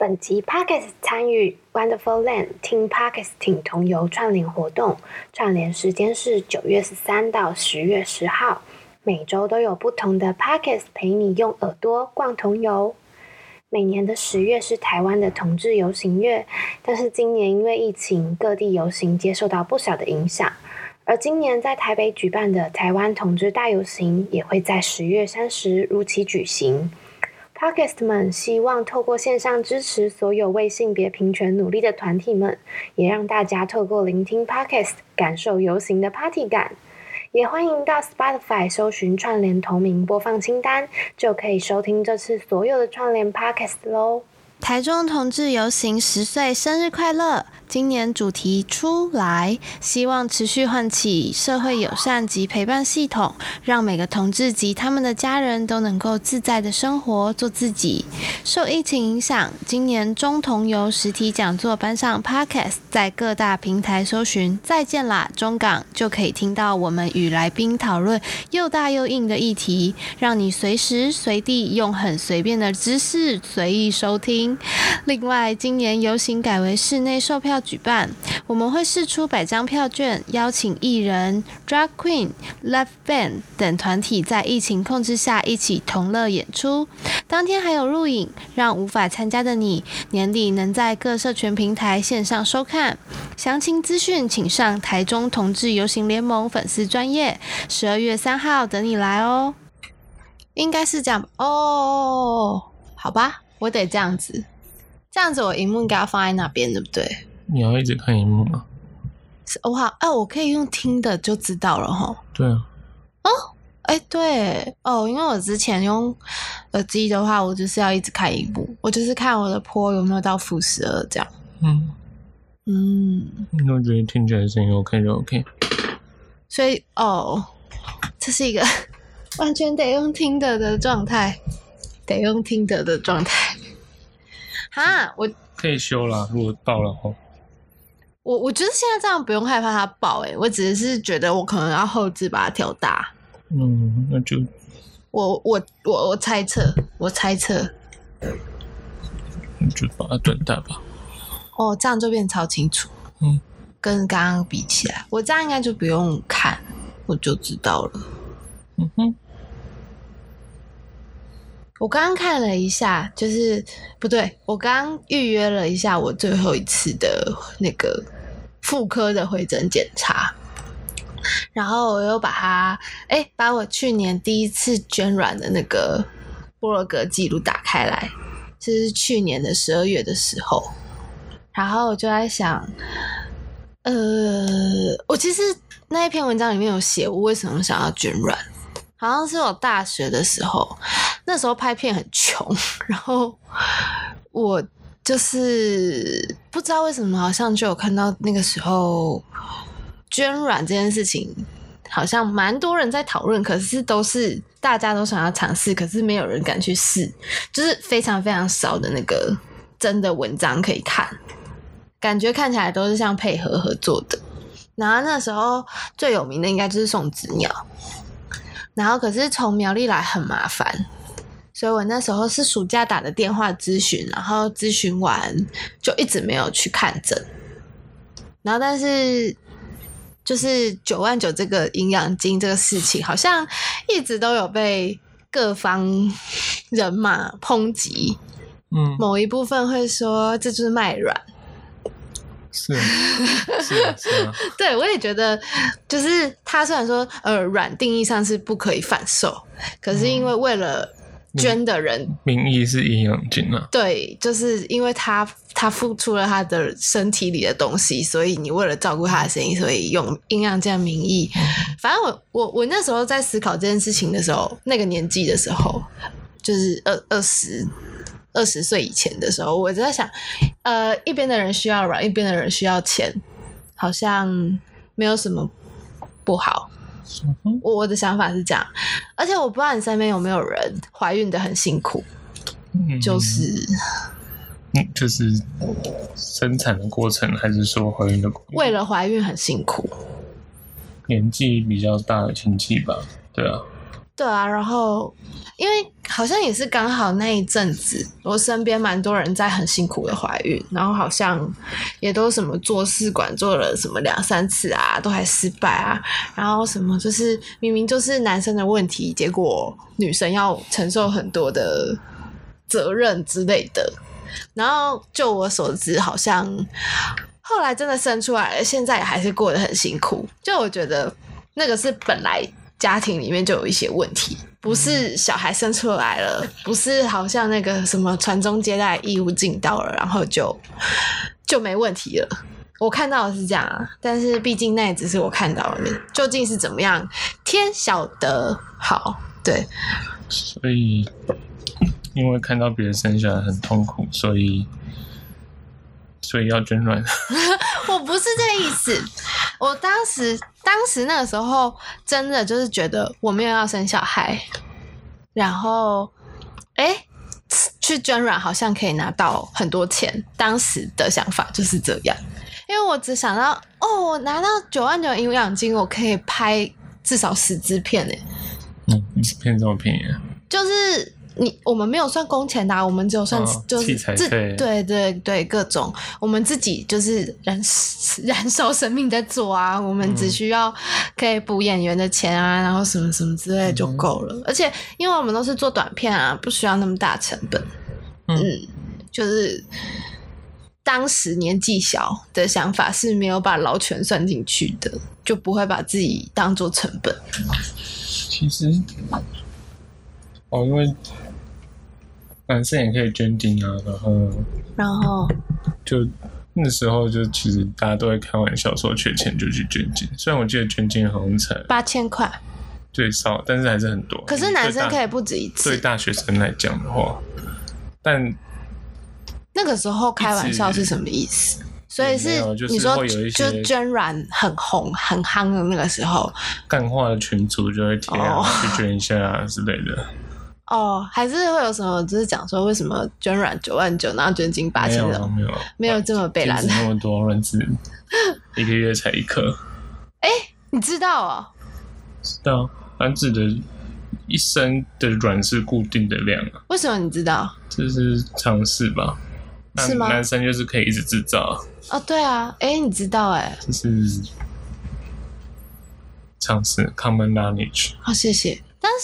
本集 Podcast 参与 Wonderful Land 听 Podcasting 同游串联活动，串联时间是9月13到10月10号，每周都有不同的 Podcast 陪你用耳朵逛同游。每年的10月是台湾的同志游行月，但是今年因为疫情，各地游行皆受到不小的影响。而今年在台北举办的台湾同志大游行，也会在10月30如期举行。Podcast 们希望透过线上支持所有为性别平权努力的团体们，也让大家透过聆听 Podcast 感受游行的 Party 感。也欢迎到 Spotify 搜寻串联同名播放清单，就可以收听这次所有的串联 Podcast 咯。 台中同志游行10岁生日快乐！今年主题出来，希望持续唤起社会友善及陪伴系统，让每个同志及他们的家人都能够自在的生活，做自己。受疫情影响，今年中同游实体讲座搬上 Podcast， 在各大平台搜寻再见啦中港，就可以听到我们与来宾讨论又大又硬的议题，让你随时随地用很随便的姿势随意收听。另外，今年游行改为室内售票举办，我们会释出100张票券，邀请艺人、Drag Queen、Live Band 等团体在疫情控制下一起同乐演出。当天还有录影，让无法参加的你年底能在各社群平台线上收看。详情资讯请上台中同志游行联盟粉丝专页，12月3号等你来哦。应该是这样哦，好吧，我得这样子。这样子我萤幕应该要放在那边，对不对？ 你要一直看萤幕吗？ 我可以用听的就知道了齁。 对啊。 对哦，因为我之前用耳机的话，我就是要一直看萤幕，我就是看我的波有没有到-12这样。 那我觉得听起来声音 OK 就 OK。 所以这是一个完全得用听的状态，哈，我可以修啦，如果爆了后。 我觉得现在这样不用害怕它爆我只是觉得我可能要后置把它调大。 那就我猜测， 那就把它转大吧。 这样就变超清楚。跟刚刚比起来，我这样应该就不用看，我就知道了。我刚刚看了一下，就是不对，我刚刚预约了一下我最后一次的那个妇科的回诊检查，然后我又把我去年第一次捐卵的那个部落格记录打开来，这是去年的12月的时候，然后我就在想，我其实那一篇文章里面有写我为什么想要捐卵。好像是我大学的时候，那时候拍片很穷，然后我就是不知道为什么，好像就有看到那个时候捐卵这件事情，好像蛮多人在讨论，可是都是大家都想要尝试，可是没有人敢去试，就是非常非常少的那个真的文章可以看，感觉看起来都是像配合合作的。然后那时候最有名的应该就是送子鸟。然后可是从苗栗来很麻烦，所以我那时候是暑假打的电话咨询，然后咨询完就一直没有去看诊。然后但是就是9万9这个营养金这个事情，好像一直都有被各方人马抨击。某一部分会说这就是卖卵。 是啊。 对，我也觉得，就是他虽然说卵定义上是不可以贩售，可是因为为了捐的人， 名义是营养金啊。对， 就是因为他付出了他的身体里的东西，所以你为了照顾他的身体，所以用营养金的名义。反正我那时候在思考这件事情的时候，那个年纪的时候，就是20岁以前的时候，我就在想，一边的人需要卵，一边的人需要钱，好像没有什么不好。我的想法是这样，而且我不知道你身边有没有人怀孕的很辛苦，就是生产的过程，还是说怀孕的过程？ 为了怀孕很辛苦， 年纪比较大的亲戚吧，对啊。 对啊，然后因为好像也是刚好那一阵子，我身边蛮多人在很辛苦的怀孕，然后好像也都什么做试管做了什么2-3次啊，都还失败啊，然后什么就是明明就是男生的问题，结果女生要承受很多的责任之类的。然后就我所知，好像后来真的生出来了，现在也还是过得很辛苦。就我觉得那个是本来家庭里面就有一些问题，不是小孩生出来了，不是好像那个什么传宗接代义务尽到了，然后就没问题了。我看到的是这样啊，但是毕竟那也只是我看到的，究竟是怎么样，天晓得。好，对， 所以因为看到别人生下来很痛苦，所以要捐卵。 我不是这个意思。我当时那个时候真的就是觉得我没有要生小孩，然后去捐卵好像可以拿到很多钱，当时的想法就是这样。因为我只想到我拿到9.9万营养金，我可以拍至少10支片耶。 一支片这么便宜啊？ 就是我们没有算工钱的啊，我们只有算就是器材费， 对，各种我们自己就是燃烧生命在做啊，我们只需要可以补演员的钱啊，然后什么什么之类的就够了。而且因为我们都是做短片啊，不需要那么大成本。就是当时年纪小的想法是没有把劳权算进去的，就不会把自己当做成本。 其实因为男生也可以捐精啊，然后就那时候就其实大家都会开玩笑说缺钱就去捐精，虽然我记得捐精好像才 8000块最少，但是还是很多。 可是男生可以不止一次。 对大学生来讲的话，但那个时候开玩笑是什么意思？所以是你说就捐卵很红很夯的那个时候， 干话的群组就会贴去捐一下之类的。 还是会有什么就是讲说为什么捐卵9.9万，然后捐精8000的，没有这么北蓝的。 那么多卵子一个月才1颗。 你知道哦？ 知道，卵子的一生的卵是固定的量啊。 为什么你知道？ 这是常识吧？ 是吗？ 男生就是可以一直制造。 对啊，你知道这是常识 ，common knowledge。 谢谢。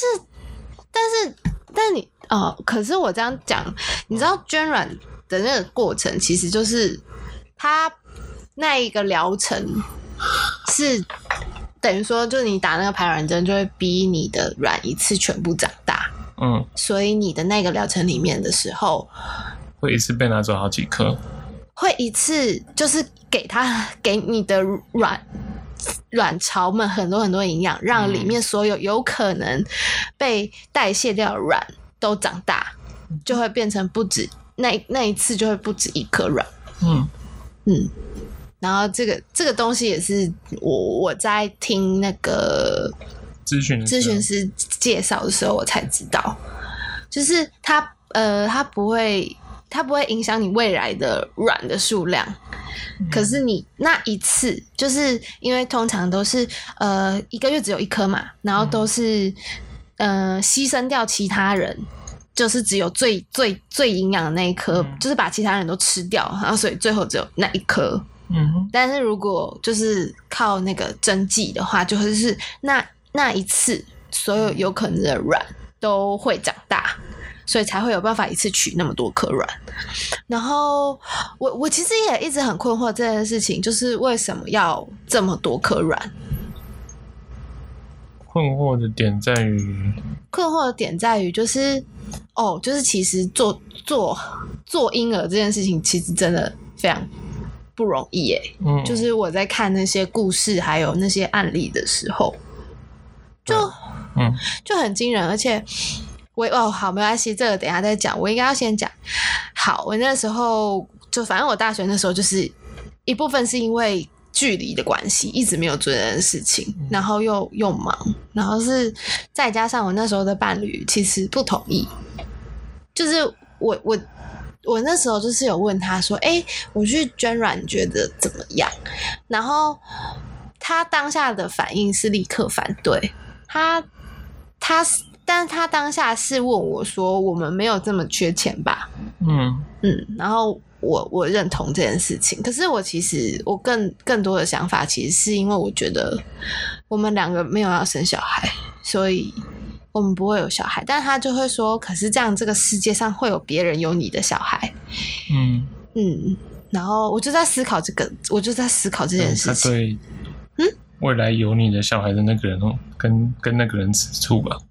但你可是我这样讲，你知道捐卵的那个过程，其实就是它那一个疗程是等于说，就是你打那个排卵针，就会逼你的卵一次全部长大。所以你的那个疗程里面的时候， 会一次被拿走好几颗， 会一次就是给你的卵巢们很多很多营养，让里面所有可能被代谢掉的卵都长大，就会变成不止那一次就会不止1颗卵。然后这个东西也是我在听那个咨询师介绍的时候我才知道，就是它不会影响你未来的卵的数量。可是你那一次，就是因为通常都是1个月只有1颗嘛，然后都是牺牲掉其他人，就是只有最营养的那一颗，就是把其他人都吃掉，然后所以最后只有那1颗。但是如果就是靠那个针剂的话，就会是那一次所有有可能的卵都会长大，所以才会有办法一次取那么多颗卵。然后我其实也一直很困惑这件事情，就是为什么要这么多颗卵？ 困惑的点在于就是就是其实做婴儿这件事情其实真的非常不容易耶。就是我在看那些故事还有那些案例的时候，就很惊人。而且好，没关系，这个等一下再讲。我应该要先讲。好，我那时候就反正我大学那时候就是一部分是因为距离的关系，一直没有做这件事情，然后又忙，然后是再加上我那时候的伴侣其实不同意，就是我那时候就是有问他说，我去捐卵觉得怎么样？然后他当下的反应是立刻反对，他但是他当下是问我说我们没有这么缺钱吧。然后我认同这件事情，可是其实我更多的想法其实是因为我觉得我们两个没有要生小孩，所以我们不会有小孩。但他就会说可是这样这个世界上会有别人有你的小孩。然后我就在思考这件事情。 他对未来有你的小孩的那个人跟那个人吃醋吧。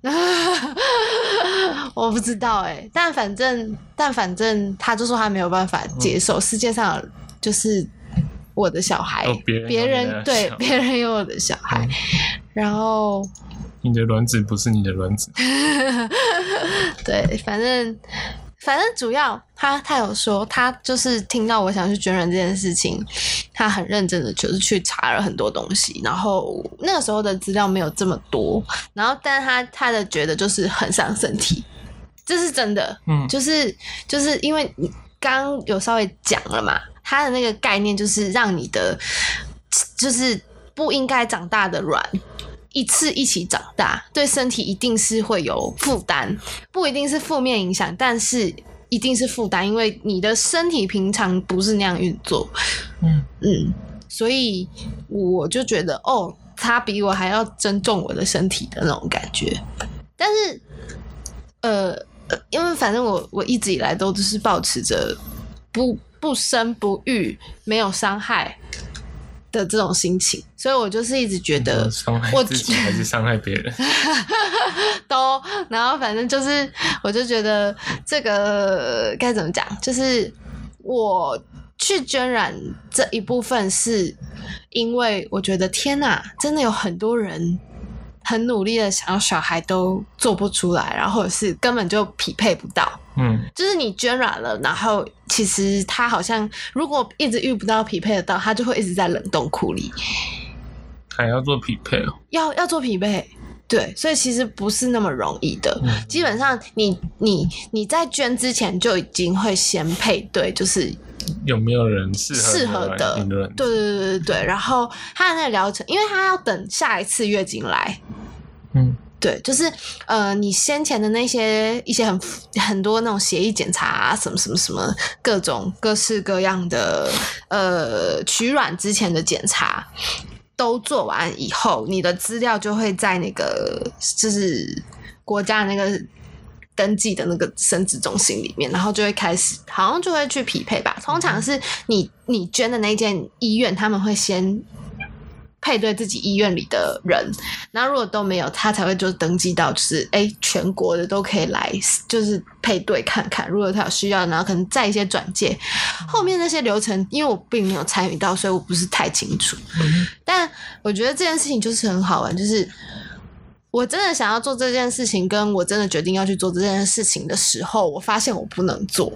我不知道但反正他就说他没有办法接受世界上就是我的小孩，别人对别人有我的小孩，然后你的卵子不是你的卵子。 对，反正主要他有说他就是听到我想去捐卵这件事情，他很认真的就是去查了很多东西，然后那个时候的资料没有这么多，然后但是他的觉得就是很伤身体，这是真的。就是因为你刚刚有稍微讲了嘛，他的那个概念就是让你的就是不应该长大的卵一次一起长大，对身体一定是会有负担，不一定是负面影响，但是一定是负担，因为你的身体平常不是那样运作。所以我就觉得他比我还要尊重我的身体的那种感觉。但是因为反正我一直以来都是抱持着不生不育没有伤害的这种心情，所以我就是一直觉得伤害自己还是伤害别人都，然后反正就是我就觉得这个该怎么讲，就是我去捐卵这一部分是因为我觉得天哪，真的有很多人很努力的想要小孩都做不出来，然后或者是根本就匹配不到。就是你捐卵了，然后其实他好像如果一直遇不到匹配得到，他就会一直在冷冻库里。 还要做匹配要做匹配，对，所以其实不是那么容易的。基本上你在捐之前就已经会先配对，就是有没有人适合的，对。然后他的那个疗程，因为他要等下一次月经来。对，就是你先前的那些一些很多那种血液检查啊，什么什么什么各种各式各样的取卵之前的检查都做完以后，你的资料就会在那个就是国家的那个登记的那个生殖中心里面，然后就会开始好像就会去匹配吧。通常是你捐的那间医院，他们会先配对自己医院里的人，然后如果都没有，他才会就登记到就是全国的都可以来就是配对看看，如果他有需要，然后可能再一些转介。后面那些流程因为我并没有参与到，所以我不是太清楚。但我觉得这件事情就是很好玩，就是我真的想要做这件事情，跟我真的决定要去做这件事情的时候，我发现我不能做。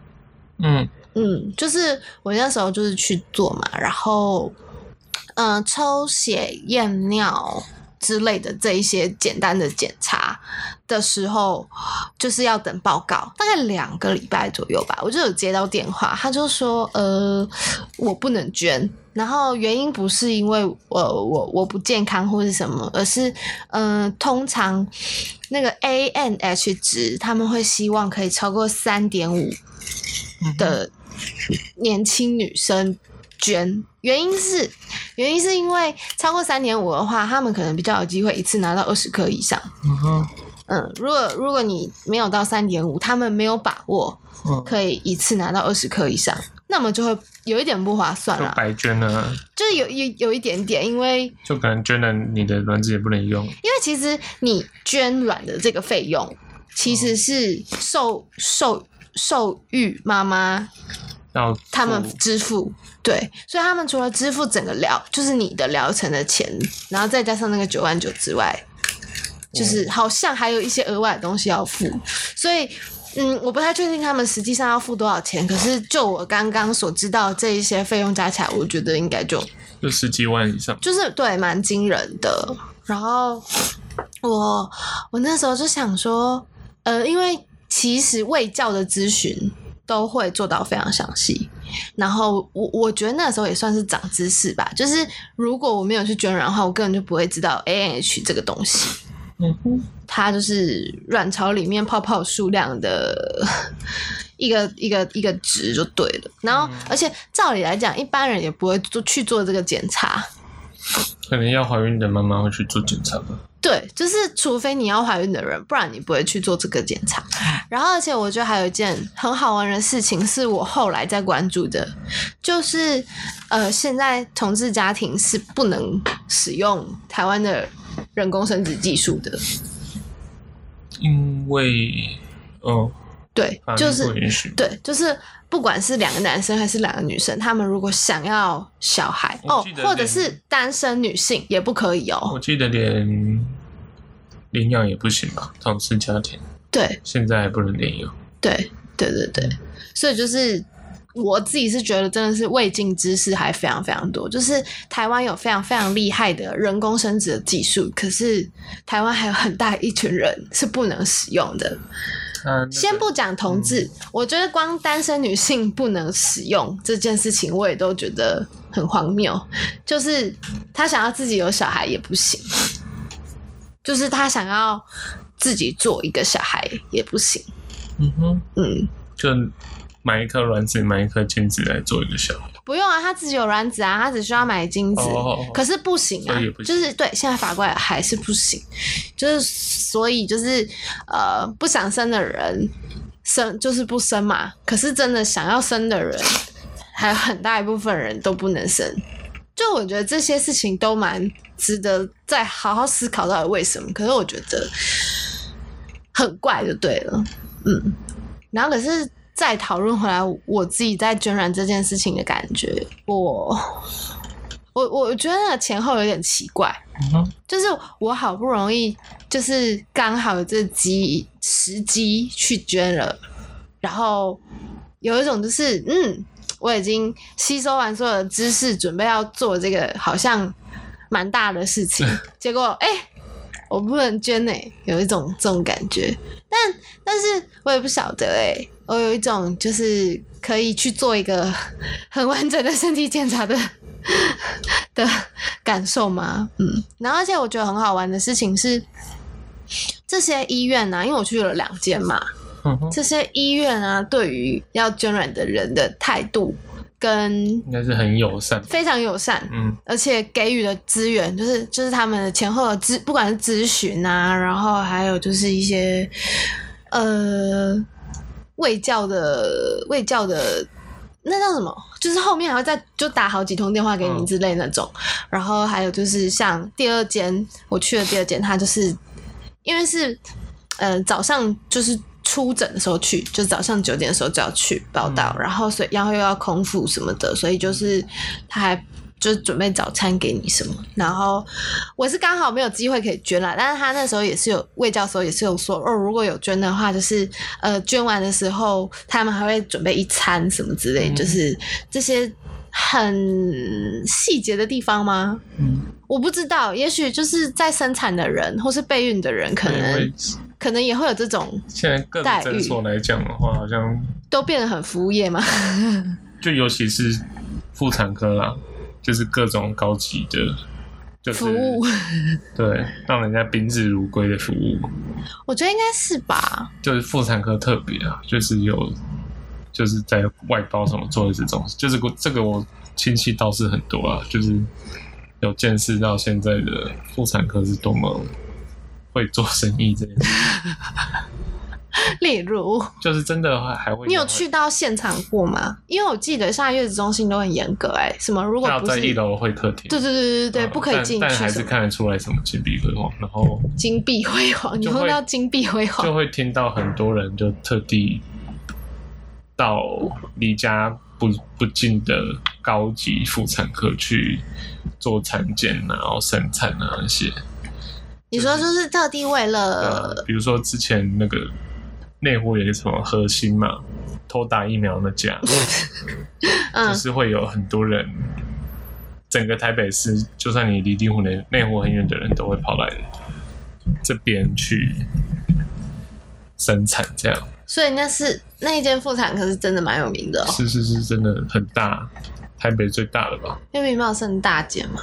就是我那时候就是去做嘛，然后抽血验尿之类的这一些简单的检查的时候，就是要等报告，大概2个礼拜左右吧。我就有接到电话，他就说我不能捐，然后原因不是因为我不健康或是什么，而是通常那个 AMH 值他们会希望可以超过 3.5 的年轻女生捐，原因是因为超过 3.5 的话，他们可能比较有机会一次拿到20颗以上。如果你没有到 3.5， 他们没有把握可以一次拿到20颗以上，那么就会有一点不划算啦， 就白捐了， 就是有一点点，因为就可能捐了你的卵子也不能用，因为其实你捐卵的这个费用其实是受孕妈妈他们支付，对，所以他们除了支付整个就是你的疗程的钱，然后再加上那个99000之外，就是好像还有一些额外的东西要付，所以我不太确定他们实际上要付多少钱，可是就我刚刚所知道这一些费用加起来，我觉得应该就 10几万以上， 就是对，蛮惊人的。然后我那时候就想说，因为其实卫教的咨询都会做到非常详细，然后我觉得那时候也算是长知识吧，就是如果我没有去捐卵的话，我根本就不会知道 AMH 这个东西。 它就是卵巢里面泡泡数量的一个值就对了。然后，而且照理来讲，一般人也不会去做这个检查。 可能要怀孕的妈妈会去做检查吧。 对，就是除非你要怀孕的人，不然你不会去做这个检查。然后，而且我觉得还有一件很好玩的事情，是我后来在关注的，就是现在同志家庭是不能使用台湾的人工生殖技术的， 因为对，就是不允许， 对，就是不管是2个男生还是2个女生，他们如果想要小孩或者是单身女性也不可以哦。 我记得连领养也不行吧，同志家庭。 对， 现在还不能领养。 对，所以就是我自己是觉得真的是未尽之事还非常非常多，就是台湾有非常非常厉害的人工生殖的技术，可是台湾还有很大一群人是不能使用的。先不讲同志，我觉得光单身女性不能使用这件事情，我也都觉得很荒谬。就是她想要自己有小孩也不行，就是她想要自己做一个小孩也不行。 就买一颗卵子，买一颗精子来做一个小孩。 不用啊，他自己有卵子啊，他只需要买精子，可是不行啊，就是对，现在法规还是不行，就是所以就是不想生的人生就是不生嘛，可是真的想要生的人，还有很大一部分人都不能生，就我觉得这些事情都蛮值得再好好思考到底为什么，可是我觉得很怪就对了，然后可是。再讨论回来，我自己在捐卵这件事情的感觉，我觉得那个前后有点奇怪，就是我好不容易就是刚好有这时机去捐了，然后有一种就是我已经吸收完所有的知识，准备要做这个好像蛮大的事情，结果我不能捐有一种这种感觉，但是我也不晓得我有一种就是可以去做一个很完整的身体检查的感受吗？然后而且我觉得很好玩的事情是，这些医院啊，因为我去了2间嘛，这些医院啊，对于要捐卵的人的态度跟应该是很友善， 非常友善，而且给予的资源就是他们的前后的不管是咨询啊，然后还有就是一些卫教的那叫什么？就是后面还会就打好几通电话给你之类那种，然后还有就是像我去了第二间，它就是因为是早上就是出诊的时候去，就早上9点的时候就要去报到，然后又要空腹什么的，所以就是他还就是准备早餐给你什么，然后我是刚好没有机会可以捐啦，但是他那时候也是有卫教的时候也是有说如果有捐的话，就是捐完的时候他们还会准备一餐什么之类，就是这些很细节的地方吗？我不知道，也许就是在生产的人或是备孕的人可能也会有这种现在各个诊所来讲的话，好像都变得很服务业嘛， 就尤其是妇产科啦。就是各种高级的，就是服务， 对，让人家宾至如归的服务。 我觉得应该是吧。 就是妇产科特别啊，就是在外包什么做的这种，就是这个我亲戚倒是很多啊，就是有见识到现在的妇产科是多么会做生意这件事。 例如， 就是真的还会。 你有去到现场过吗？因为我记得现在月子中心都很严格，什么如果不是在1楼会客厅， 对，不可以进去， 但还是看得出来什么金碧辉煌。然后金碧辉煌，你会到金碧辉煌， 就会听到很多人就特地到离家不近的高级妇产科去做产检然后生产啊那些。 你说就是特地为了， 比如说之前那个。内湖有个什么核心嘛，偷打疫苗那家，就是会有很多人，整个台北市，就算你离内湖很远的人都会跑来这边去生产这样。 所以那一间妇产科是真的蛮有名的是真的很大，台北最大的吧？ 因为明茂是很大间嘛。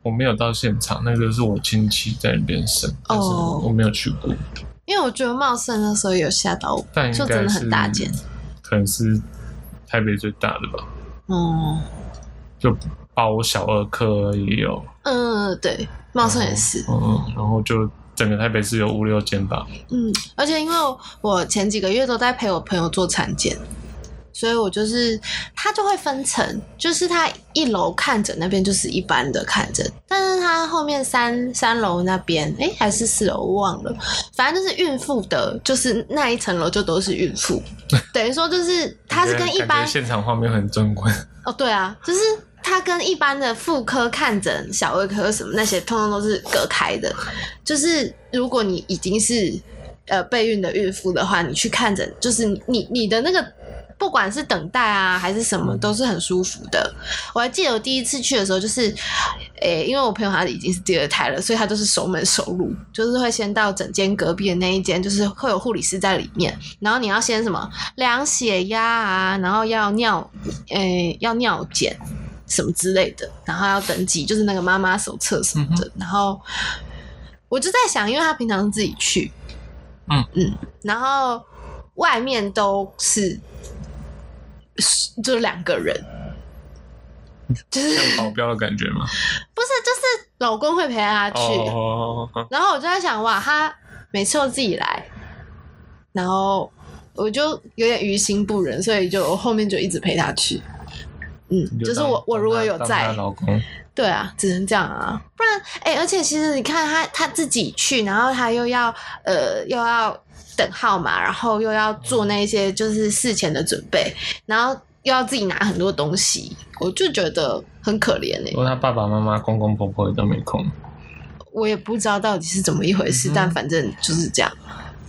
我没有到现场，那个是我亲戚在那边生，但是我没有去过。 因为我觉得茂盛那时候有吓到我， 但应该就真的很大间， 可能是台北最大的吧。就包小儿科也有。 对，茂盛也是。 然后就整个台北市有5、6间吧。 而且因为我前几个月都在陪我朋友做产检。所以我就是他就会分层，就是他1楼看诊那边就是一般的看诊，但是他后面三楼那边还是4楼我忘了，反正就是孕妇的，就是那一层楼就都是孕妇，等于说就是他是跟一般感觉现场画面很壮观。 对啊，就是他跟一般的妇科看诊、小儿科什么那些通通都是隔开的，就是如果你已经是备孕的孕妇的话，你去看诊，就是你的那个。不管是等待啊还是什么都是很舒服的。我还记得我第一次去的时候就是因为我朋友他已经是第2胎了，所以他都是熟门熟路，就是会先到整间隔壁的那一间，就是会有护理师在里面，然后你要先什么量血压啊，然后要尿检什么之类的，然后要登记就是那个妈妈手册什么的。然后我就在想，因为他平常自己去然后外面都是就2个人，就是像保镖的感觉吗？ 不是，就是老公会陪他去。然后我就在想，哇，他每次都自己来，然后我就有点于心不忍，所以我后面就一直陪他去。就是我如果有在， 当他老公， 对啊，只能这样啊，不然而且其实你看他自己去，然后他又要等号码，然后又要做那些就是事前的准备，然后又要自己拿很多东西，我就觉得很可怜不过他爸爸妈妈、公公婆婆也都没空， 我也不知道到底是怎么一回事，但反正就是这样。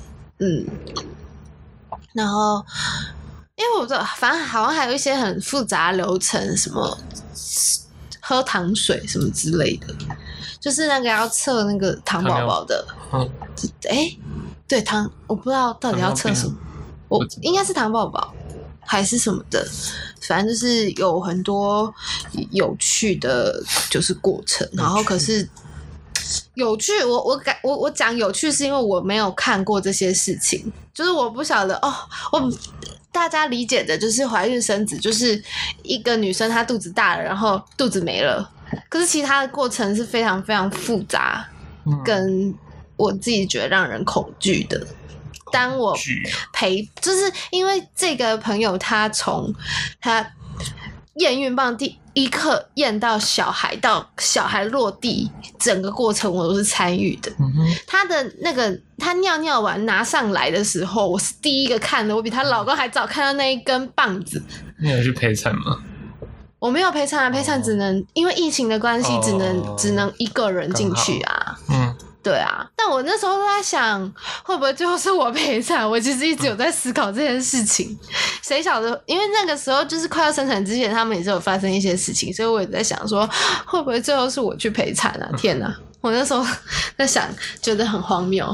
然后因为我知道，反正好像还有一些很复杂的流程，什么喝糖水什么之类的，就是那个要测那个糖宝宝的。对糖，我不知道到底要测什么，我应该是糖宝宝还是什么的，反正就是有很多有趣的，就是过程。然后可是有趣，我讲有趣是因为我没有看过这些事情，就是我不晓得大家理解的就是怀孕生子，就是一个女生她肚子大了，然后肚子没了，可是其他的过程是非常非常复杂，跟我自己觉得让人恐惧的。当我就是因为这个朋友，他从他验孕棒第一刻验到小孩落地，整个过程我都是参与的。他的那个他尿完拿上来的时候，我是第一个看的，我比她老公还早看到那一根棒子。 你有去陪产吗？ 我没有陪产陪产只能因为疫情的关系，只能一个人进去啊。对啊，但我那时候都在想，会不会最后是我陪产？我其实一直有在思考这件事情，谁晓得？因为那个时候就是快要生产之前，他们也是有发生一些事情，所以我也在想说，会不会最后是我去陪产啊？天哪！我那时候在想，觉得很荒谬。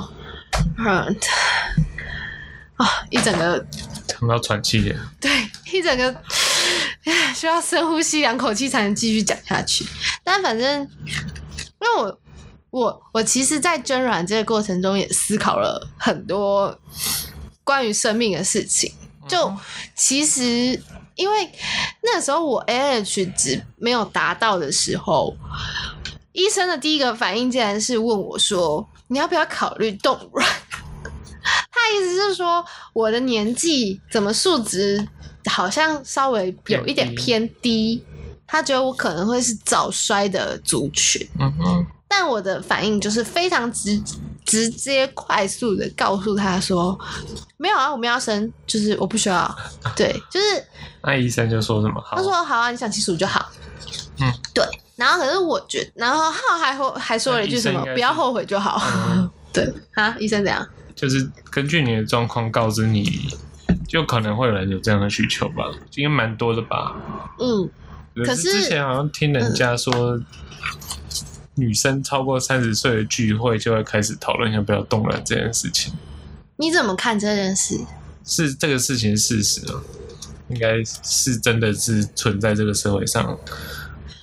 一整个讲到喘气耶。 对，一整个需要深呼吸2口气才能继续讲下去。但反正，因为我其实在捐卵这个过程中也思考了很多关于生命的事情。就其实因为那时候我 AH 值没有达到的时候，医生的第一个反应竟然是问我说，你要不要考虑冻卵？他意思是说我的年纪怎么数值好像稍微有一点偏低，他觉得我可能会是早衰的族群。但我的反应就是非常直接快速的告诉他说，没有啊，我们要生，就是我不需要。对，就是那医生就说什么？ 他说好啊，你想清楚就好。对。然后可是我觉得，然后还说了一句什么，不要后悔就好。对啊，医生怎样？ 就是根据你的状况告知你，就可能会有人有这样的需求吧，应该蛮多的吧。可是之前好像听人家说，女生超过30岁的聚会就会开始讨论要不要冻卵这件事情。 你怎么看这件事？ 是这个事情是事实哦，应该是真的是存在这个社会上，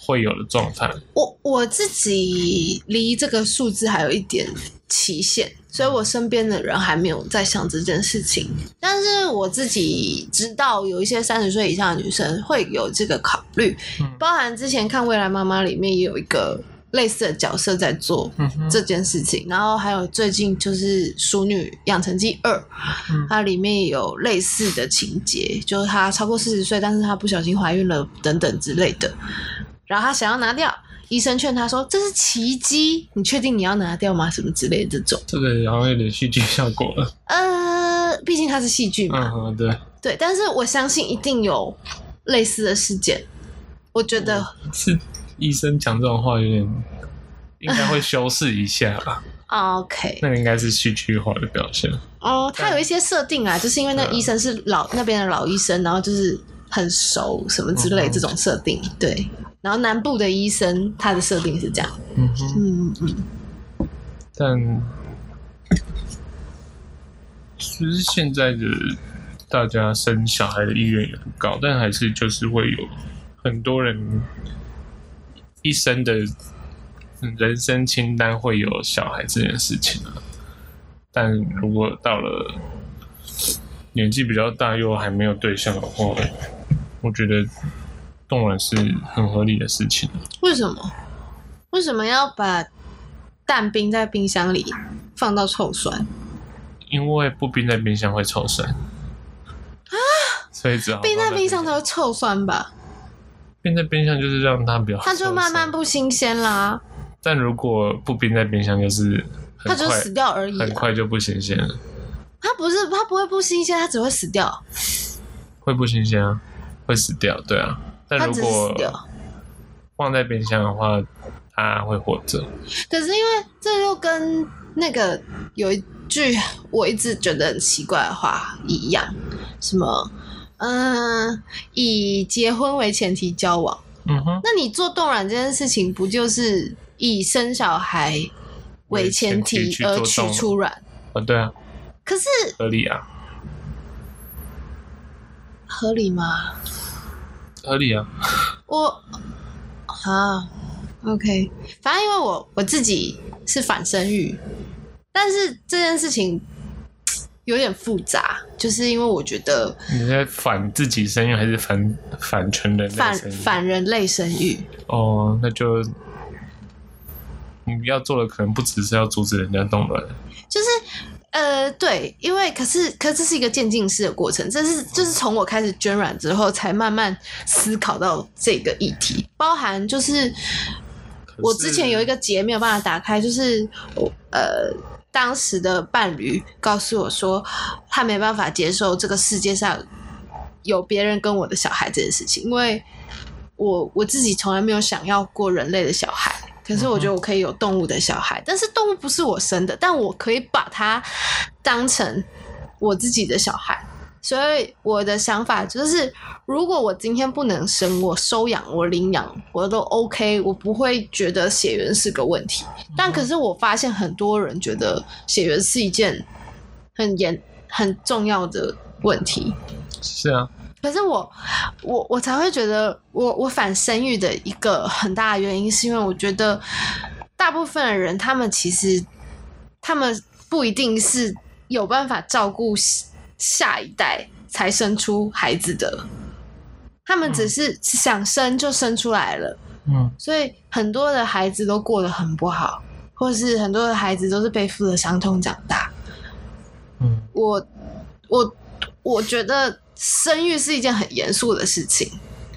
会有的状态。 我自己离这个数字还有一点期限，所以我身边的人还没有在想这件事情。但是我自己知道有一些30岁以上的女生会有这个考虑，包含之前看《未来妈妈》里面也有一个类似的角色在做这件事情，然后还有最近就是《淑女养成记2》，它里面也有类似的情节，就是她超过40岁，但是她不小心怀孕了等等之类的，然后她想要拿掉，医生劝她说这是奇迹，你确定你要拿掉吗？什么之类的这种。 这个好像有点戏剧效果了。 毕竟它是戏剧嘛。对，但是我相信一定有类似的事件。我觉得是医生讲这种话有点，应该会修饰一下吧。 OK， 那个应该是戏剧化的表现。 他有一些设定啊，就是因为那医生是那边的老医生，然后就是很熟什么之类这种设定。对，然后南部的医生他的设定是这样。 但其实现在的大家生小孩的意愿也不高，但还是就是会有很多人一生的人生清单会有小孩这件事情啊。但如果到了年纪比较大又还没有对象的话，我觉得冻卵是很合理的事情。 为什么？为什么要把蛋冰在冰箱里放到臭酸？ 因为不冰在冰箱会臭酸啊，所以只好冰在冰箱才会臭酸吧？ 冰在冰箱就是让它比较， 它就慢慢不新鲜啦。 但如果不冰在冰箱，就是它就死掉而已， 很快就不新鲜了。 它不会不新鲜，它只会死掉。 会不新鲜啊，会死掉，对啊。但如果放在冰箱的话，它会活着。 可是因为这又跟那个有一句我一直觉得很奇怪的话一样，什么以结婚为前提交往。那你做冻卵这件事情，不就是以生小孩为前提而取出卵？ 对啊。 可是合理啊？ 合理吗？ 合理啊。 OK， 反正因为我自己是反生育，但是这件事情有点复杂，就是因为我觉得你在反自己生育还是反全人类生育？ 反人类生育。 哦，那就你要做的可能不只是要阻止人家冻卵， 就是对，因为可是这是一个渐进式的过程，就是从我开始捐卵之后，才慢慢思考到这个议题，包含就是我之前有一个结没有办法打开，就是当时的伴侣告诉我说，他没办法接受这个世界上有别人跟我的小孩这件事情，因为我自己从来没有想要过人类的小孩。可是我觉得我可以有动物的小孩，但是动物不是我生的，但我可以把它当成我自己的小孩。所以我的想法就是，如果我今天不能生，我收养、我领养，我都 OK， 我不会觉得血缘是个问题。但可是我发现很多人觉得血缘是一件很重要的问题。 是啊。 可是我才会觉得我反生育的一个很大的原因，是因为我觉得大部分的人，他们其实他们不一定是有办法照顾下一代才生出孩子的，他们只是想生就生出来了。所以很多的孩子都过得很不好，或是很多的孩子都是背负了伤痛长大。我觉得生育是一件很严肃的事情，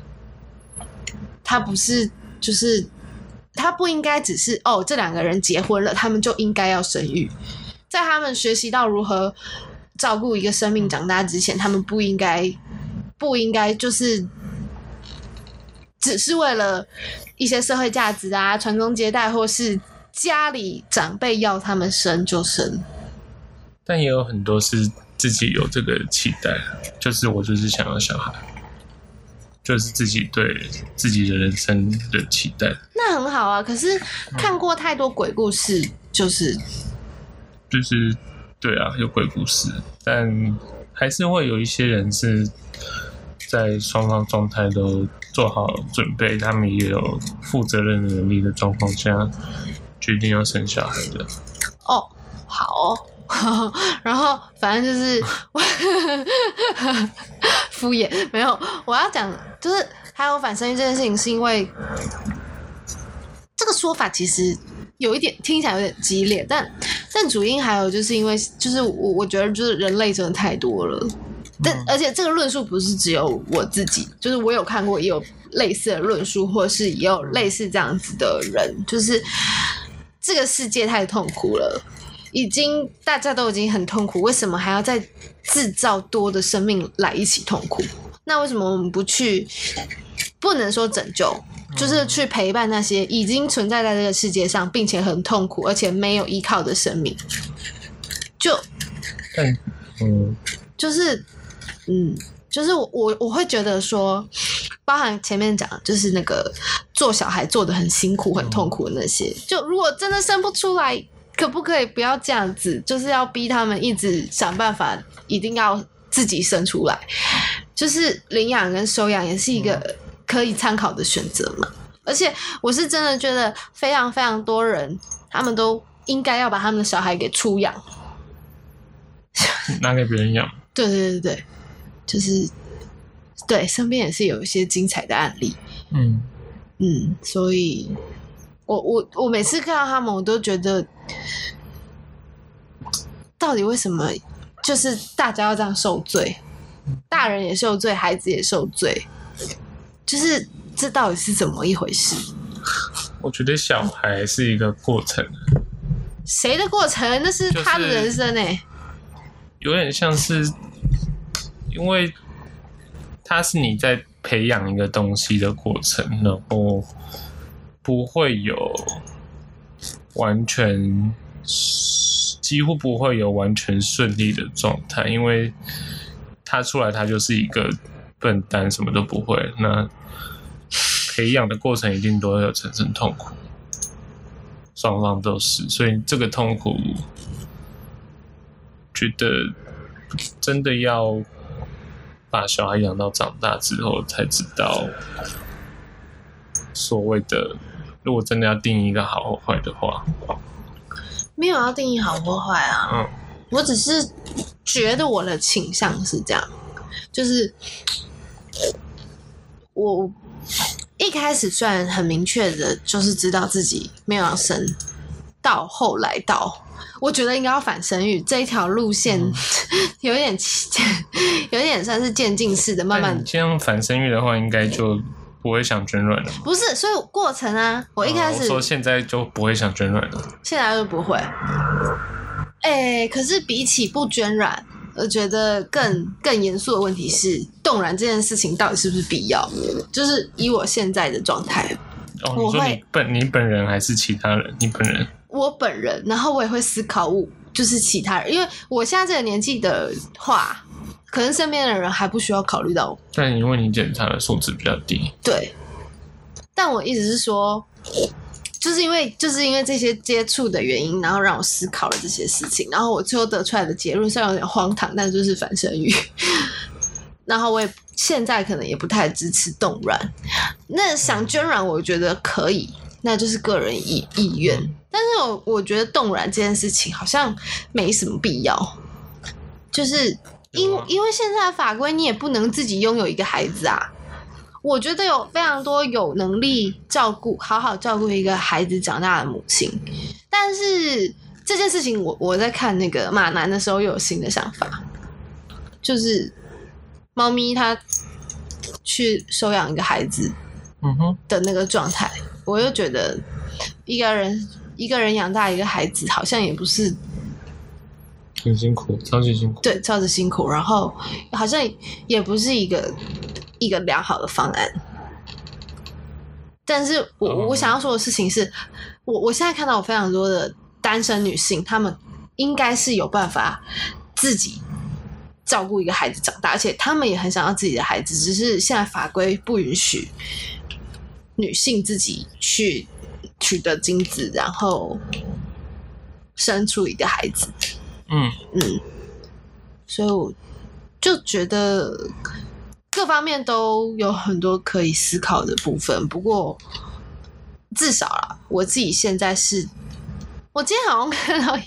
它不是就是它不应该只是这两个人结婚了，他们就应该要生育。在他们学习到如何照顾一个生命长大之前，他们不应该就是只是为了一些社会价值啊、传宗接代，或是家里长辈要他们生就生。 但也有很多是自己有这个期待，就是我就是想要小孩，就是自己对自己的人生的期待。 那很好啊，可是看过太多鬼故事，就是对啊，有鬼故事，但还是会有一些人是在双方状态都做好准备，他们也有负责任的能力的状况下，决定要生小孩的。 哦，好哦，然后反正就是敷衍，没有。我要讲就是还有反生育这件事情，是因为这个说法其实有一点听起来有点激烈，但主因还有就是因为就是我觉得就是人类真的太多了。而且这个论述不是只有我自己，就是我有看过也有类似的论述，或是也有类似这样子的人，就是这个世界太痛苦了，大家都已经很痛苦，为什么还要再制造多的生命来一起痛苦？那为什么我们不能说拯救，就是去陪伴那些已经存在在这个世界上并且很痛苦而且没有依靠的生命？就是我会觉得说，包含前面讲就是那个做小孩做得很辛苦很痛苦的那些，就如果真的生不出来，可不可以不要这样子？就是要逼他们一直想办法，一定要自己生出来。就是领养跟收养也是一个可以参考的选择嘛。而且我是真的觉得非常非常多人，他们都应该要把他们的小孩给出养， 拿给别人养。 对，就是对，身边也是有一些精彩的案例。所以我每次看到他们，我都觉得，到底为什么就是大家要这样受罪？大人也受罪，孩子也受罪，就是这到底是怎么一回事？ 我觉得小孩是一个过程。 谁的过程？那是他的人生欸。 有点像是，因为它是你在培养一个东西的过程，然后不会有几乎不会有完全顺利的状态，因为他出来他就是一个笨蛋，什么都不会。那培养的过程一定都会有产生痛苦，双方都是，所以这个痛苦，觉得真的要把小孩养到长大之后才知道，所谓的如果真的要定义一个好或坏的话， 没有要定义好或坏啊。我只是觉得我的倾向是这样，就是我一开始虽然很明确的就是知道自己没有要生，到后来我觉得应该要反生育这一条路线，有点算是渐进式的，慢慢。 你这样反生育的话，应该就不会想捐卵了。 不是，所以过程啊，我一开始我说现在就不会想捐卵了， 现在就不会。可是比起不捐卵，我觉得更严肃的问题是，冻卵这件事情到底是不是必要？就是以我现在的状态， 你说你本人还是其他人？你本人。 我本人，然后我也会思考就是其他人，因为我现在这个年纪的话，可能身边的人还不需要考虑到。 但因为你检查的数值比较低。 对，但我意思是说，就是因为这些接触的原因，然后让我思考了这些事情，然后我最后得出来的结论虽然有点荒唐，但就是反生育。然后我也现在可能也不太支持冻卵，那想捐卵我觉得可以，那就是个人意愿。但是我觉得冻卵这件事情好像没什么必要，就是因为现在的法规你也不能自己拥有一个孩子啊。我觉得有非常多有能力好好照顾一个孩子长大的母亲，但是这件事情我在看那个马男的时候又有新的想法，就是猫咪它去收养一个孩子的那个状态，我又觉得一个人养大一个孩子好像也不是很辛苦，超级辛苦。 对，超级辛苦，然后好像也不是一个良好的方案。但是我想要说的事情是，我现在看到有非常多的单身女性，她们应该是有办法自己照顾一个孩子长大，而且她们也很想要自己的孩子，只是现在法规不允许女性自己去取得精子，然后生出一个孩子。所以我就觉得各方面都有很多可以思考的部分。不过至少啦，我自己现在我今天好像看到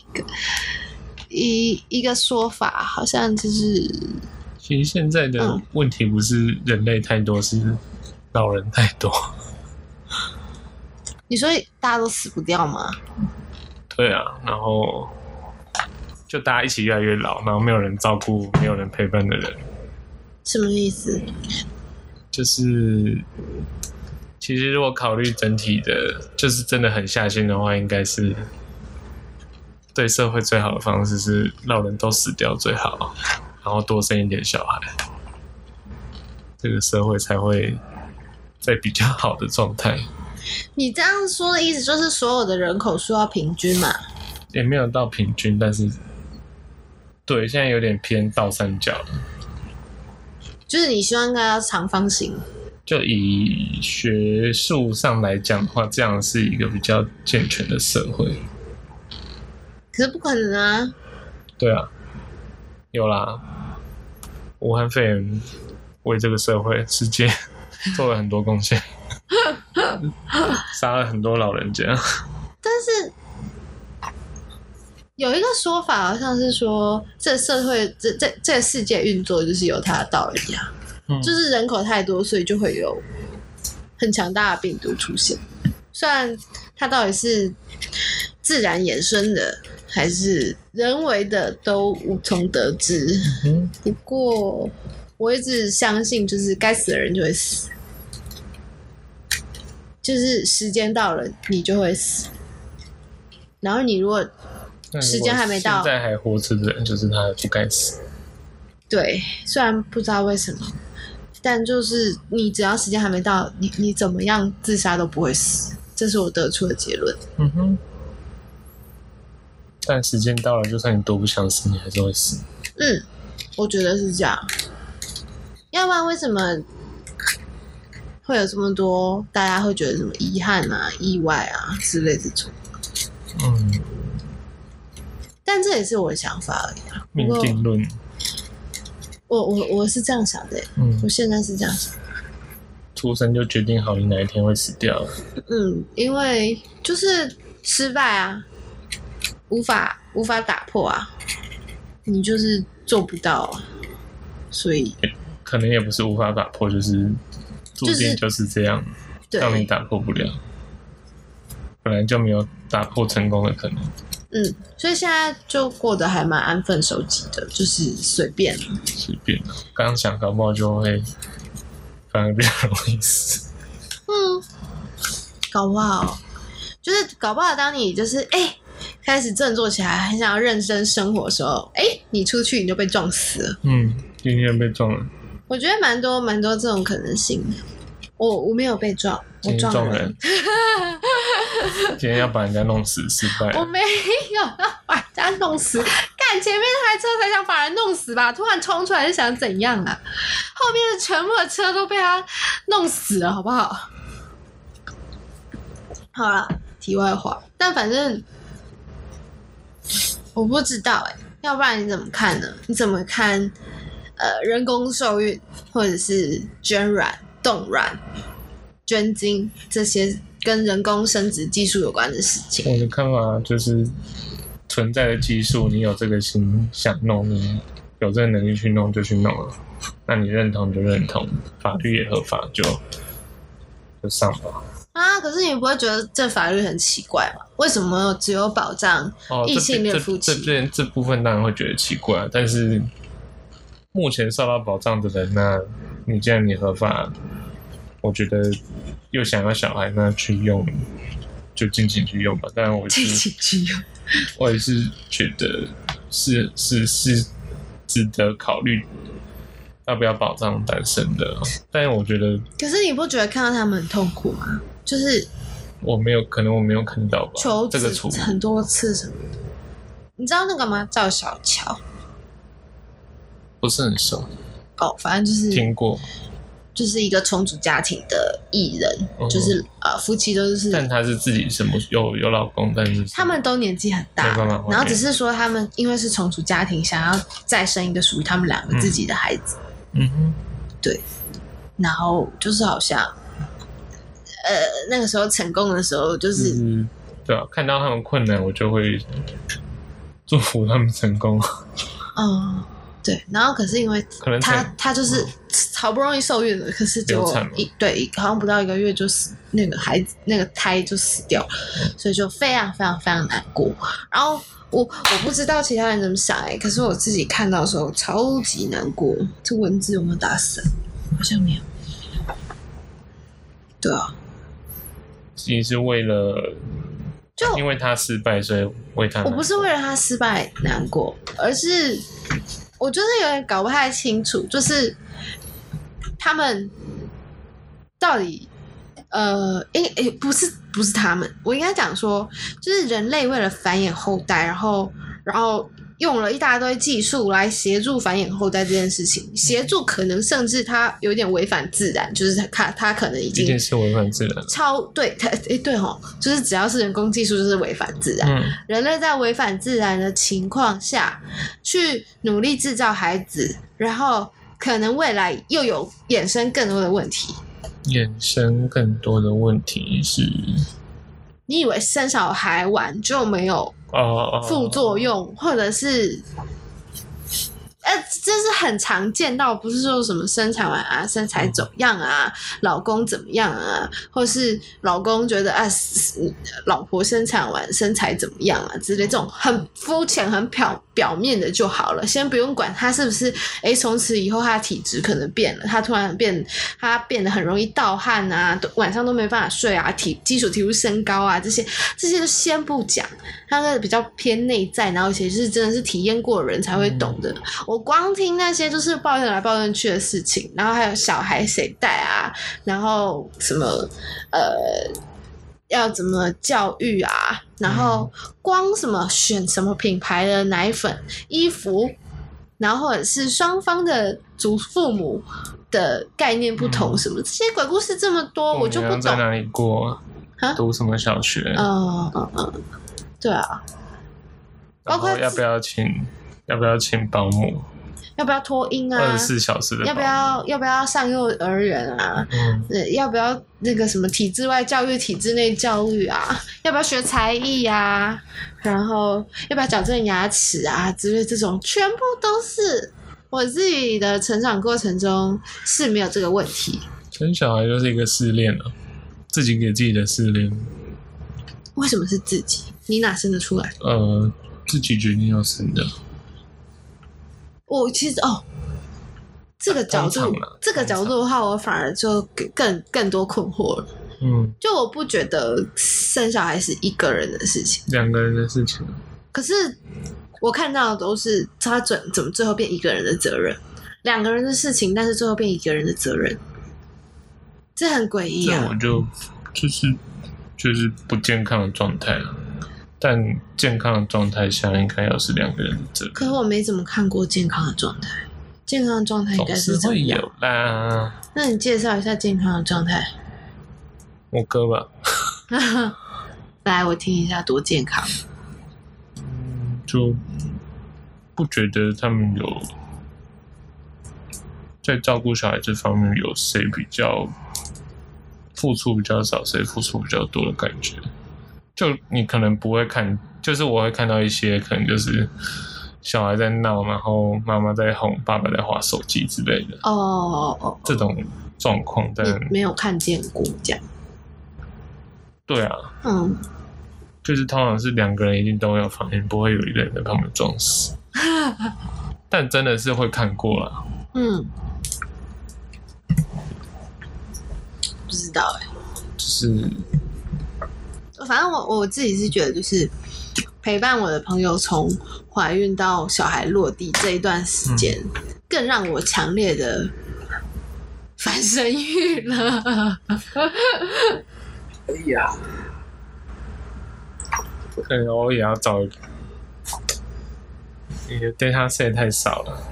一个说法，好像就是其实现在的问题不是人类太多，是老人太多。 你说大家都死不掉吗？ 对啊，然后就大家一起越来越老，然后没有人照顾，没有人陪伴的人。 什么意思？ 就是其实如果考虑整体的，就是真的很下心的话，应该是对社会最好的方式是老人都死掉最好，然后多生一点小孩，这个社会才会在比较好的状态。 你这样说的意思就是所有的人口数要平均嘛？ 也没有到平均，但是对，现在有点偏倒三角了。 就是你希望应该要长方形。 就以学术上来讲的话，这样是一个比较健全的社会。 可是不可能啊！ 对啊，有啦，武汉肺炎为这个社会、世界做了很多贡献，杀了很多老人家。 但是有一个说法，好像是说，这社会、这个世界运作就是有它的道理啊。就是人口太多，所以就会有很强大的病毒出现。虽然它到底是自然衍生的还是人为的，都无从得知。不过我一直相信，就是该死的人就会死，就是时间到了，你就会死。然后你如果时间还没到， 现在还活着的人，就是他不该死。 对，虽然不知道为什么。但就是你只要时间还没到，你怎么样自杀都不会死，这是我得出的结论。 但时间到了，就算你多不想死，你还是会死。 我觉得是这样。要不然为什么会有这么多大家会觉得什么遗憾啊、意外啊之类这种？但这也是我的想法而已啊。 命定论。 我是这样想的，我现在是这样想。 出生就决定好你哪一天会死掉。 因为就是失败啊，无法打破啊，你就是做不到啊，所以可能也不是无法打破，就是注定就是这样，让你打破不了，本来就没有打破成功的可能。 所以现在就过得还蛮安分守己的，就是随便。 刚刚想搞不好就会反而比较容易死。 搞不好当你就是开始振作起来，很想要认真生活的时候，你出去你就被撞死了。 今天被撞了。 我觉得蛮多这种可能性的。我没有被撞，我撞人。 今天要把人家弄死，失败了。 我没有要把人家弄死，干前面那台车才想把人弄死吧？突然冲出来是想怎样啊？后面的全部的车都被他弄死了，好不好？好啦，题外话，但反正我不知道要不然你怎么看呢？你怎么看人工受孕或者是捐卵、冻卵、捐精这些跟人工生殖技术有关的事情？ 我的看法就是存在的技术，你有这个心想弄，你有这个能力去弄就去弄了，那你认同就认同，法律也合法就上吧。 可是你不会觉得这法律很奇怪吗？为什么只有保障异性恋夫妻？ 这部分当然会觉得奇怪，但是目前受到保障的人，那你既然你合法，我觉得又想要小孩，那去用就尽情去用吧。当然尽情去用， 我也是觉得是值得考虑要不要保障单身的。但是我觉得， 可是你不觉得看到他们很痛苦吗？就是可能我没有看到吧， 求这个很多次什么的。你知道那个吗？赵小乔？ 不是很熟。 反正就是听过。 就是一个重组家庭的艺人，就是夫妻都是， 但他是自己什么有老公，但是他们都年纪很大，然后只是说他们因为是重组家庭，想要再生一个属于他们两个自己的孩子。对， 然后就是好像那个时候成功的时候就是对啊，看到他们困难我就会祝福他们成功。 对，然后可是因为可能他就是好不容易受孕了，可是就好像不到1个月就死，那个孩子那个胎就死掉了，所以就非常非常非常难过。然后我不知道其他人怎么想可是我自己看到的时候超级难过。这文字有没有打死？好像没有。对啊， 你是为了因为他失败所以为他难过？ 我不是为了他失败难过，而是我就是有点搞不太清楚，就是他们到底不是他们，我应该讲说，就是人类为了繁衍后代，然后用了一大堆技术来协助繁衍后代这件事情，协助可能甚至它有点违反自然，就是它可能已经是违反自然， 对就是只要是人工技术就是违反自然。人类在违反自然的情况下去努力制造孩子，然后可能未来又有衍生更多的问题。 衍生更多的问题是， 你以为生小孩完就没有副作用，或者是这是很常见到，不是说什么生产完身材怎么样老公怎么样或是老公觉得老婆生产完身材怎么样之类，这种很肤浅很表面的就好了，先不用管他是不是从此以后他的体质可能变了，他突然他变得很容易盗汗晚上都没办法睡基础体育升高这些就先不讲，他那比较偏内在，然后而且就是真的是体验过的人才会懂的。我光听那些就是抱怨来抱怨去的事情，然后还有小孩谁带然后什么要怎么教育然后光什么选什么品牌的奶粉衣服，然后或者是双方的祖父母的概念不同什么这些鬼故事这么多，我就不懂在哪里过读什么小学对啊， 包括要不要请保姆， 要不要托婴 24小时的保姆， 要不要上幼儿园要不要那个什么体制外教育体制内教育要不要学才艺然后要不要矫正牙齿之类，这种全部都是我自己的成长过程中是没有这个问题。 生小孩就是一个试炼自己给自己的试炼。 为什么是自己？你哪生得出来？ 自己决定要生的。 我其实这个角度的话，我反而就更多困惑了。就我不觉得生小孩是一个人的事情， 两个人的事情。 可是我看到的都是他怎么最后变一个人的责任，两个人的事情，但是最后变一个人的责任，这很诡异这我就是不健康的状态但健康的状态下应该要是两个人的责任。 可是我没怎么看过健康的状态，健康的状态应该是怎么样？ 总是会有啦。 那你介绍一下健康的状态。 我哥吧。 来，我听一下多健康。 就不觉得他们有在照顾小孩这方面有谁比较付出比较少，谁付出比较多的感觉。就你可能不会看，就是我会看到一些可能就是小孩在闹，然后妈妈在哄，爸爸在滑手机之类的这种状况，但没有看见过这样。 对就是通常是两个人一定都有反应，不会有一个人在旁边装死。但真的是会看过啦。 不知道就是反正我自己是觉得，就是陪伴我的朋友从怀孕到小孩落地这一段时间，更让我强烈的反生育了。 可以可能我也要找你的 data set 太少了。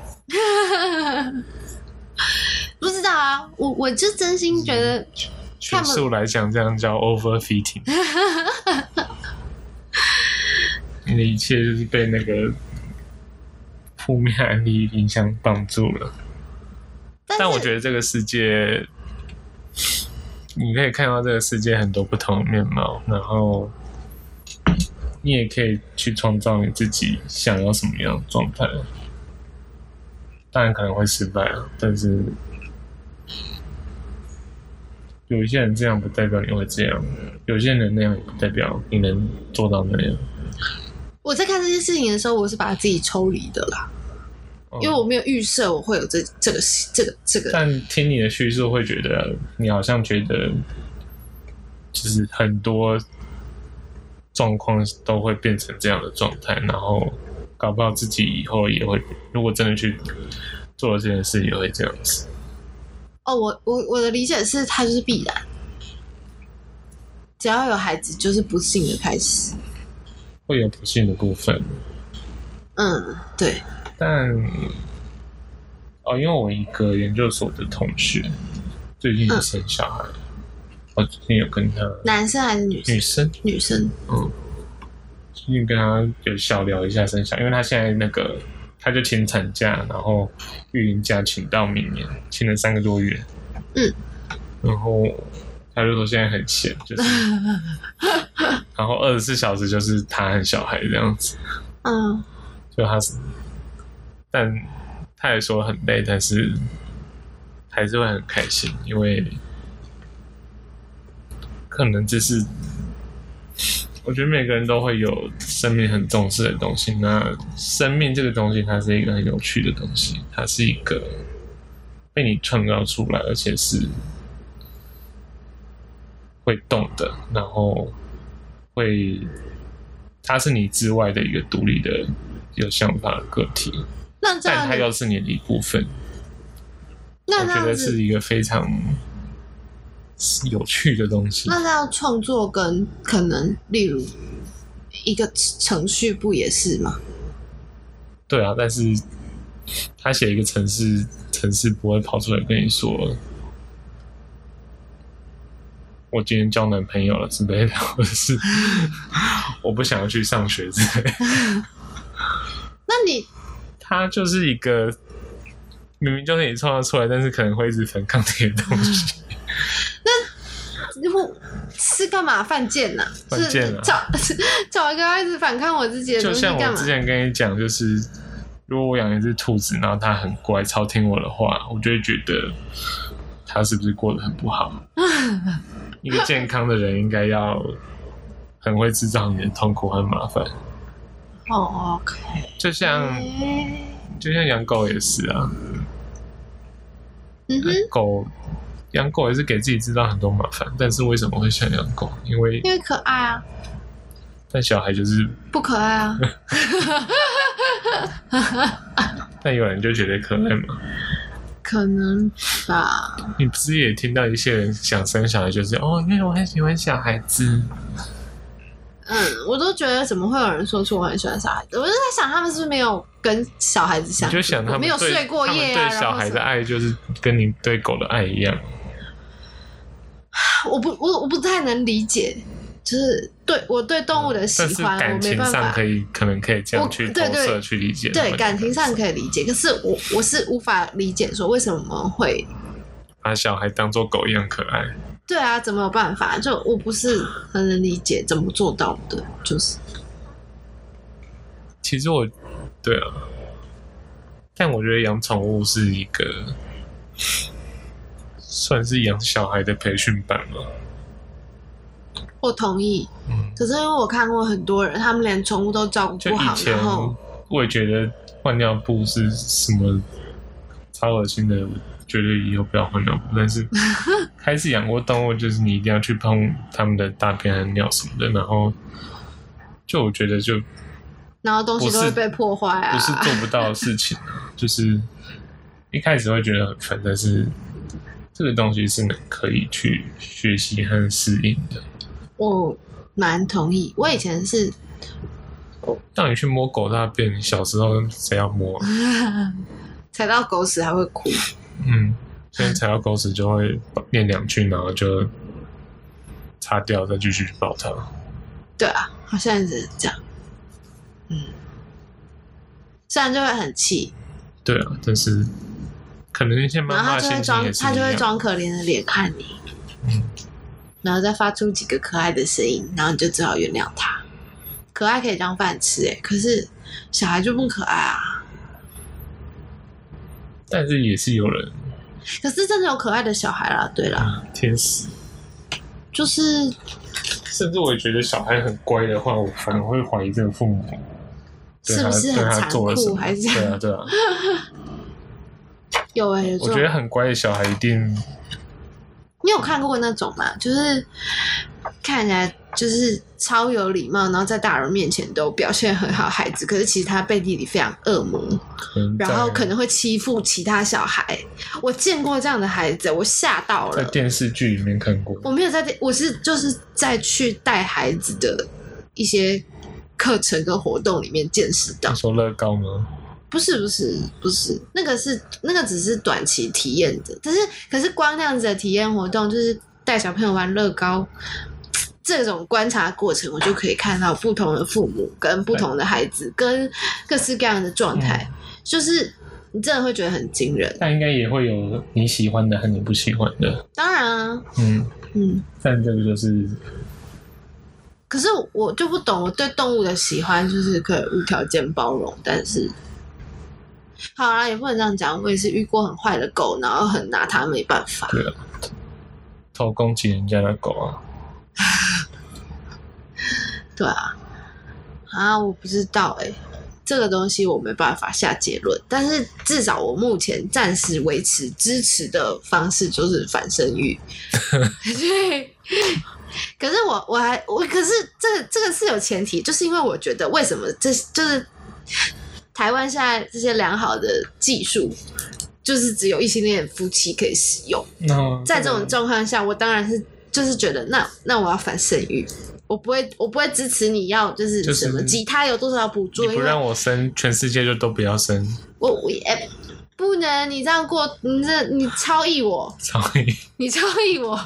不知道我就真心觉得学术来讲，这样叫 overfitting。你的一切就是被那个负面案例影响绑住了。但我觉得这个世界你可以看到这个世界很多不同的面貌，然后你也可以去创造你自己想要什么样的状态。当然可能会失败啊，但是有一些人这样不代表你会这样，有些人那样也不代表你能做到那样。 我在看这件事情的时候，我是把自己抽离的啦，因为我没有预设我会有这个。 但听你的叙述，会觉得你好像觉得，就是很多状况都会变成这样的状态，然后搞不好自己以后也会，如果真的去做了这件事，也会这样子。 哦，我的理解是，它就是必然，只要有孩子，就是不幸的开始。 会有不幸的部分。 对。 但因为我一个研究所的同学最近有生小孩，我最近有跟他， 男生还是女生？女生。 最近跟他有小聊一下生小孩，因为他现在他就请产假，然后育婴假请到明年，请了3个多月。然后他就说现在很闲，就是然后24小时就是他和小孩这样子。就但他也说很累，但是还是会很开心，因为可能这是我觉得每个人都会有生命很重视的东西。那生命这个东西，它是一个很有趣的东西，它是一个被你创造出来，而且是会动的，然后它是你之外的一个独立的有想法的个体，但它又是你的一部分。我觉得是一个非常有趣的东西。 那要创作跟可能例如一个程序不也是吗？ 对啊，但是他写一个程式不会跑出来跟你说我今天交男朋友了之类的，或者是我不想要去上学之类的。 那他就是一个明明就是你创造出来，但是可能会一直反抗这些东西。 那是干嘛？犯贱呐！ 犯贱啊！ 找一个一直反抗我自己的东西干嘛？ 就像我之前跟你讲，就是如果我养一只兔子，然后它很乖，超听我的话，我就会觉得它是不是过得很不好？一个健康的人应该要很会制造你的痛苦和麻烦。 OK。 就像养狗也是啊。养狗也是给自己制造很多麻烦，但是为什么会想养狗？因为可爱啊。 但小孩就是不可爱啊。 但有人就觉得可爱嘛？ 可能吧。 你不是也听到一些人想生小孩，就是因为我很喜欢小孩子。 我都觉得怎么会有人说出我很喜欢小孩子？我就在想，他们是不是没有跟小孩子相处过？ 你就想他们没有睡过夜啊？ 他们对小孩的爱就是跟你对狗的爱一样。 我不太能理解，就是我对动物的喜欢， 但是感情上可能可以这样去投射去理解。 对，感情上可以理解，可是我是无法理解说为什么我们会把小孩当作狗一样可爱。 对啊，怎么有办法？就我不是很能理解怎么做到的，就是。 其实对啊，但我觉得养宠物是一个算是养小孩的培训班嘛。 我同意。可是因为我看过很多人，他们连宠物都照顾不好，然后我也觉得换尿布是什么超恶心的。觉得以后不要换尿布，但是开始养过动物，就是你一定要去碰他们的大便和尿什么的，然后就我觉得然后东西都会被破坏啊， 不是做不到的事情啊。就是一开始会觉得很烦，但是这个东西是可以去学习和适应的。 我蛮同意，我以前是当你去摸狗大便，小时候谁要摸？ 踩到狗屎还会哭。 现在踩到狗屎就会念2句，然后就擦掉，再继续抱它。 对啊，好像是这样。虽然就会很气。 对啊，但是可能一些妈妈的心情也是一样， 他就会装可怜的脸看你。 然后再发出几个可爱的声音，然后你就只好原谅他。可爱可以当饭吃可是小孩就不可爱啊。 但是也是有人， 可是真的有可爱的小孩啦，对啦， 天使， 就是甚至我也觉得小孩很乖的话，我反而会怀疑这个父母是不是很残酷，还是对啊。 有我觉得很乖的小孩一定。 你有看过那种吗？就是看起来就是超有礼貌，然后在大人面前都表现很好孩子，可是其实他背地里非常恶魔，然后可能会欺负其他小孩。我见过这样的孩子，我吓到了。 在电视剧里面看过。 我没有我是就是在去带孩子的一些课程跟活动里面见识到。 你说乐高吗？ 不是，那个只是短期体验的，可是光那样子的体验活动，就是带小朋友玩乐高，这种观察过程，我就可以看到不同的父母跟不同的孩子跟各式各样的状态，就是你真的会觉得很惊人。 但应该也会有你喜欢的和你不喜欢的， 当然啊， 但这个就是。 可是我就不懂，我对动物的喜欢就是可以无条件包容，但是。好啦，也不能这样讲。我也是遇过很坏的狗，然后很拿它没办法。 对啊，偷攻击人家的狗啊。 对啊，我不知道这个东西我没办法下结论。但是至少我目前暂时维持支持的方式就是反生育。对。可是可是这个是有前提，就是因为我觉得为什么这就是。台湾现在这些良好的技术，就是只有异性恋夫妻可以使用。在这种状况下，我当然是就是觉得，那我要反生育，我不会支持你要就是什么几胎有多少补助， 你不让我生，全世界就都不要生。 我也不能，你这样过，你超越我，你超越我。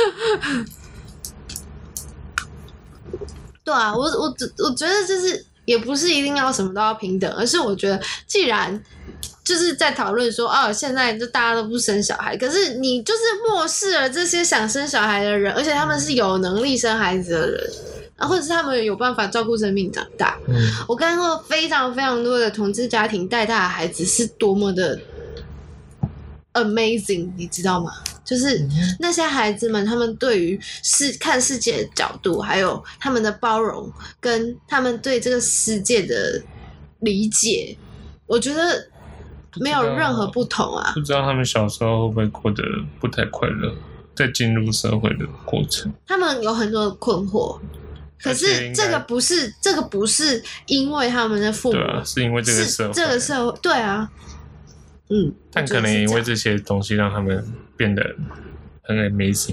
对啊，我觉得就是。也不是一定要什么都要平等，而是我觉得既然就是在讨论说现在就大家都不生小孩，可是你就是漠视了这些想生小孩的人，而且他们是有能力生孩子的人，或者是他们有办法照顾生命长大。我看过非常非常多的同志家庭带大的孩子是多么的 amazing， 你知道吗？就是那些孩子们，他们对于看世界的角度，还有他们的包容，跟他们对这个世界的理解，我觉得没有任何不同啊。 不知道他们小时候会不会过得不太快乐，在进入社会的过程， 他们有很多的困惑。可是这个不是因为他们的父母， 对啊，是因为这个社会， 对啊。 但可能也因为这些东西让他们变得很 amazing。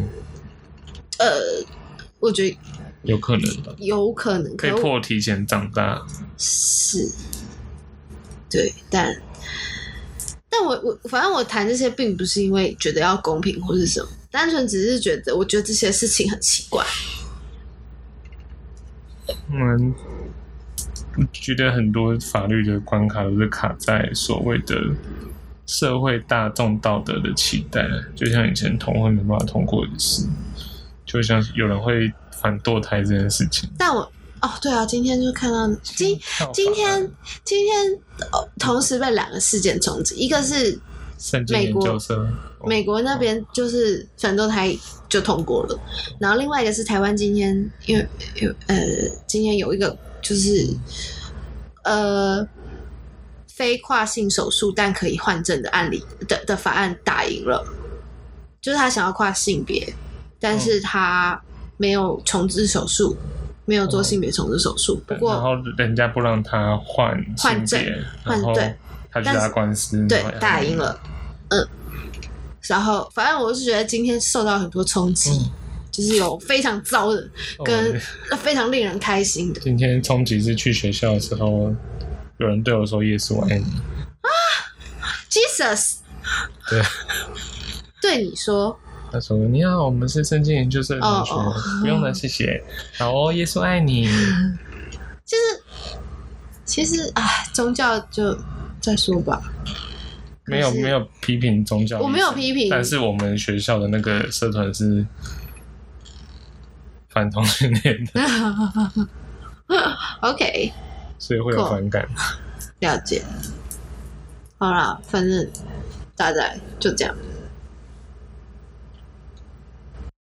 我觉得有可能吧， 有可能被迫提前长大。 是，对，但我反正我谈这些并不是因为觉得要公平或是什么，单纯只是觉得我觉得这些事情很奇怪。 我觉得很多法律的关卡都是卡在所谓的社会大众道德的期待，就像以前同婚没办法通过的事，就像有人会反堕胎这件事情。 但对啊，今天就看到今天同时被2个事件冲击，一个是美国那边就是反堕胎就通过了，然后另外一个是台湾今天因为今天有一个就是非跨性手术但可以换证的案例的法案打赢了，就是他想要跨性别，但是他没有重置手术，没有做性别重置手术。不过， 然后人家不让他换性别，然后他去打官司， 对，打赢了。然后反正我是觉得今天受到很多冲击。就是有非常糟的跟非常令人开心的。 今天冲击是去学校的时候，有人对我说耶稣爱你啊 ，Jesus， 对， 对你说， 他说你好，我们是圣经研究社的同学，不用了，谢谢。好耶稣爱你。 其实宗教就再说吧。 没有批评宗教， 我没有批评， 但是我们学校的那个社团是反同性恋的 OK， 所以会有反感。 了解。好啦，反正大概就这样。